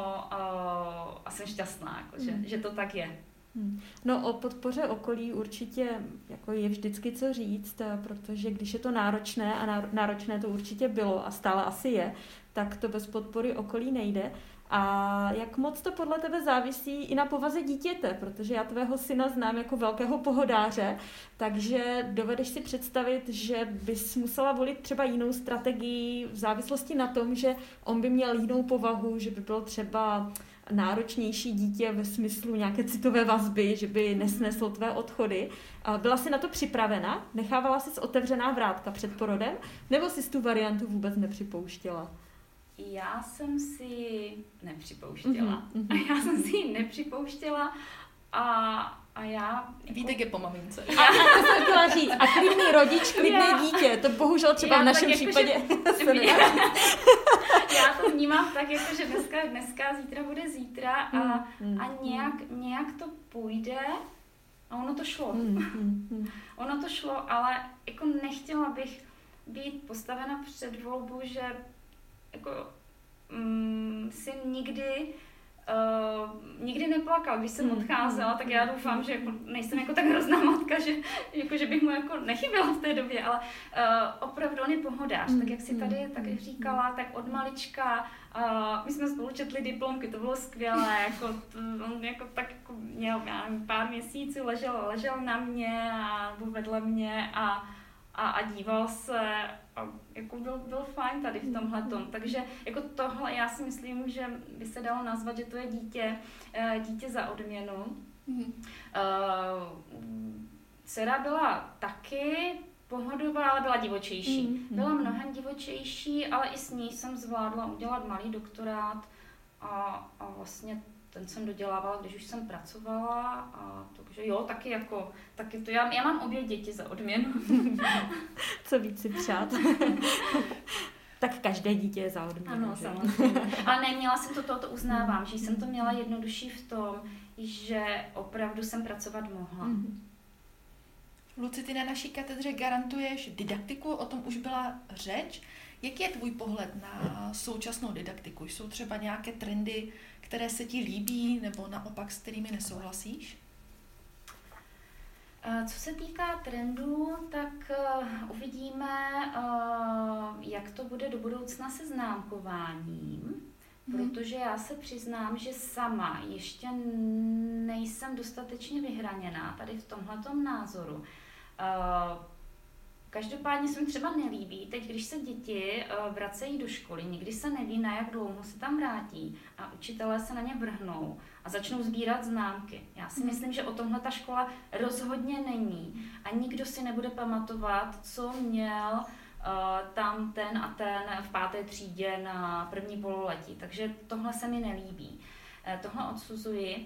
a jsem šťastná, že to tak je. No o podpoře okolí určitě jako je vždycky co říct, protože když je to náročné, a náročné to určitě bylo a stále asi je, tak to bez podpory okolí nejde. A jak moc to podle tebe závisí i na povaze dítěte, protože já tvého syna znám jako velkého pohodáře, takže dovedeš si představit, že bys musela volit třeba jinou strategii v závislosti na tom, že on by měl jinou povahu, že by byl třeba náročnější dítě ve smyslu nějaké citové vazby, že by nesnesl tvé odchody. Byla jsi na to připravena? Nechávala jsi otevřená vrátka před porodem? Nebo jsi tu variantu vůbec nepřipouštěla? Já jsem si nepřipouštěla. Já jsem si ji nepřipouštěla a já... Vítek je po mamince. To jsem chtěla říct. A klidný rodič, klidné dítě. To bohužel třeba v našem případě se nedá. Já to vnímám tak, jako, že dneska, zítra bude zítra a nějak to půjde a ono to šlo. Ono to šlo, ale jako nechtěla bych být postavena před volbu, že jako si nikdy neplakal, když jsem odcházela, tak já doufám, že jako nejsem jako tak hrozná matka, že bych mu jako nechyběla v té době, ale opravdu on je pohodář, tak jak si tady tak říkala, tak od malička, my jsme spolu četli diplomky, to bylo skvělé, on jako tak jako měl pár měsíců, ležel na mě nebo vedle mě a díval se a jako byl fajn tady v tomhletom. Takže jako tohle já si myslím, že by se dalo nazvat, že to je dítě za odměnu. Dcera byla taky pohodová, ale byla divočejší. Byla mnohem divočejší, ale i s ní jsem zvládla udělat malý doktorát a vlastně ten jsem dodělávala, když už jsem pracovala, a takže jo, taky to já mám obě děti za odměnu. Co víc si přát. Tak každé dítě je za odměnu. Ano, samozřejmě. Ale neměla jsem to uznávám, že jsem to měla jednodušší v tom, že opravdu jsem pracovat mohla. Luci, ty na naší katedře garantuješ didaktiku, o tom už byla řeč. Jaký je tvůj pohled na současnou didaktiku? Jsou třeba nějaké trendy, které se ti líbí, nebo naopak s kterými nesouhlasíš? Co se týká trendů, tak uvidíme, jak to bude do budoucna se známkováním, protože já se přiznám, že sama ještě nejsem dostatečně vyhraněná tady v tomhletom názoru. Každopádně se mi třeba nelíbí, teď když se děti vracejí do školy, nikdy se neví, na jak dlouho se tam vrátí a učitelé se na ně vrhnou a začnou sbírat známky. Já si myslím, že o tomhle ta škola rozhodně není a nikdo si nebude pamatovat, co měl tam ten a ten v 5. třídě na první pololetí. Takže tohle se mi nelíbí. Tohle odsuzuji.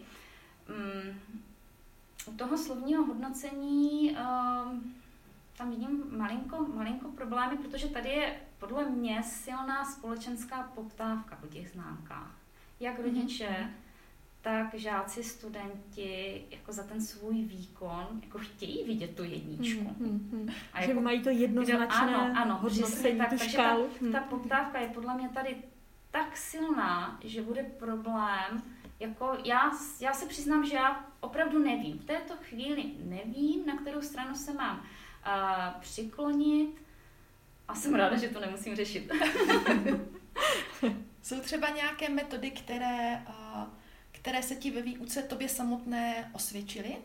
U toho slovního hodnocení tam vidím malinko problémy, protože tady je podle mě silná společenská poptávka po těch známkách. Jak rodiče, tak žáci, studenti jako za ten svůj výkon jako chtějí vidět tu jedničku. A jako, že mají to jednoznačné hodnocení, tak, takže ta poptávka je podle mě tady tak silná, že bude problém. Jako já se přiznám, že já opravdu nevím. V této chvíli nevím, na kterou stranu se mám přiklonit a jsem ráda, že to nemusím řešit. Jsou třeba nějaké metody, které se ti ve výuce tobě samotné osvědčily?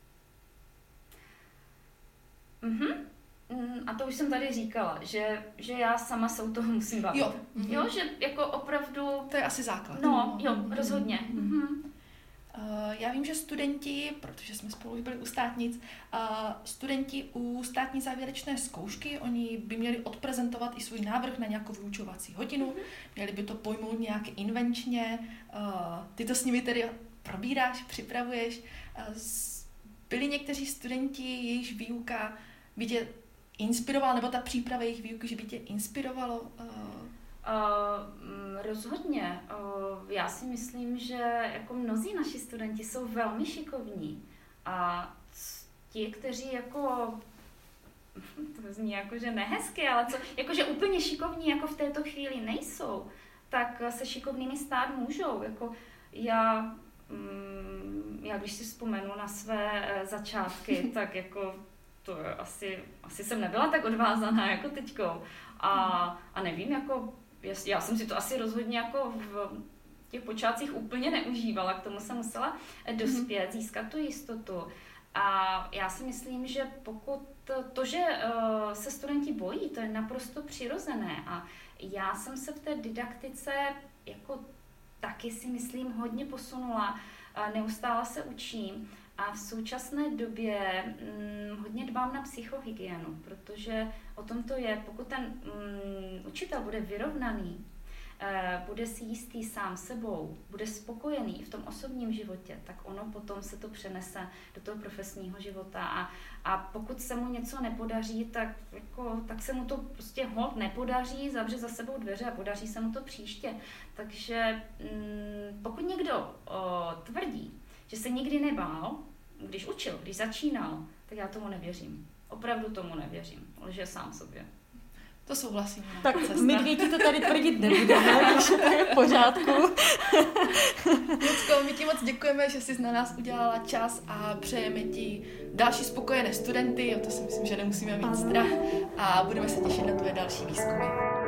A to už jsem tady říkala, že já sama se u toho musím bavit. Jo, že jako opravdu... To je asi základ. No, jo, rozhodně. Já vím, že studenti, protože jsme spolu už byli u státnic, studenti u státní závěrečné zkoušky, oni by měli odprezentovat i svůj návrh na nějakou vyučovací hodinu, měli by to pojmout nějak invenčně, ty to s nimi tedy probíráš, připravuješ. Byli někteří studenti, jejichž výuka by tě inspirovala, nebo ta příprava jejich výuky, že by tě inspirovalo? Rozhodně. Já si myslím, že jako mnozí naši studenti jsou velmi šikovní a ti, kteří jako, to zní jako, že nehezky, ale jakože úplně šikovní jako v této chvíli nejsou, tak se šikovnými stát můžou. Jako já když si vzpomenu na své začátky, tak jako to asi jsem nebyla tak odvázaná jako teďko. A nevím, jako já jsem si to asi rozhodně jako v těch počátcích úplně neužívala, k tomu jsem musela dospět, získat tu jistotu. A já si myslím, že pokud to, že se studenti bojí, to je naprosto přirozené. A já jsem se v té didaktice jako taky si myslím hodně posunula, neustále se učím. A v současné době hodně dbám na psychohygienu, protože o tom to je, pokud ten učitel bude vyrovnaný, bude si jistý sám sebou, bude spokojený v tom osobním životě, tak ono potom se to přenese do toho profesního života. A pokud se mu něco nepodaří, tak se mu to prostě holt nepodaří, zavře za sebou dveře a podaří se mu to příště. Takže pokud někdo tvrdí, že se nikdy nebál, když učil, když začínal, tak já tomu nevěřím. Opravdu tomu nevěřím. Lže sám sobě. To souhlasím. Tak my dvě ti to tady tvrdit nebudeme, takže to je v pořádku. Lucko, my ti moc děkujeme, že jsi na nás udělala čas a přejeme ti další spokojené studenty, o to si myslím, že nemusíme mít strach a budeme se těšit na tvoje další výzkumy.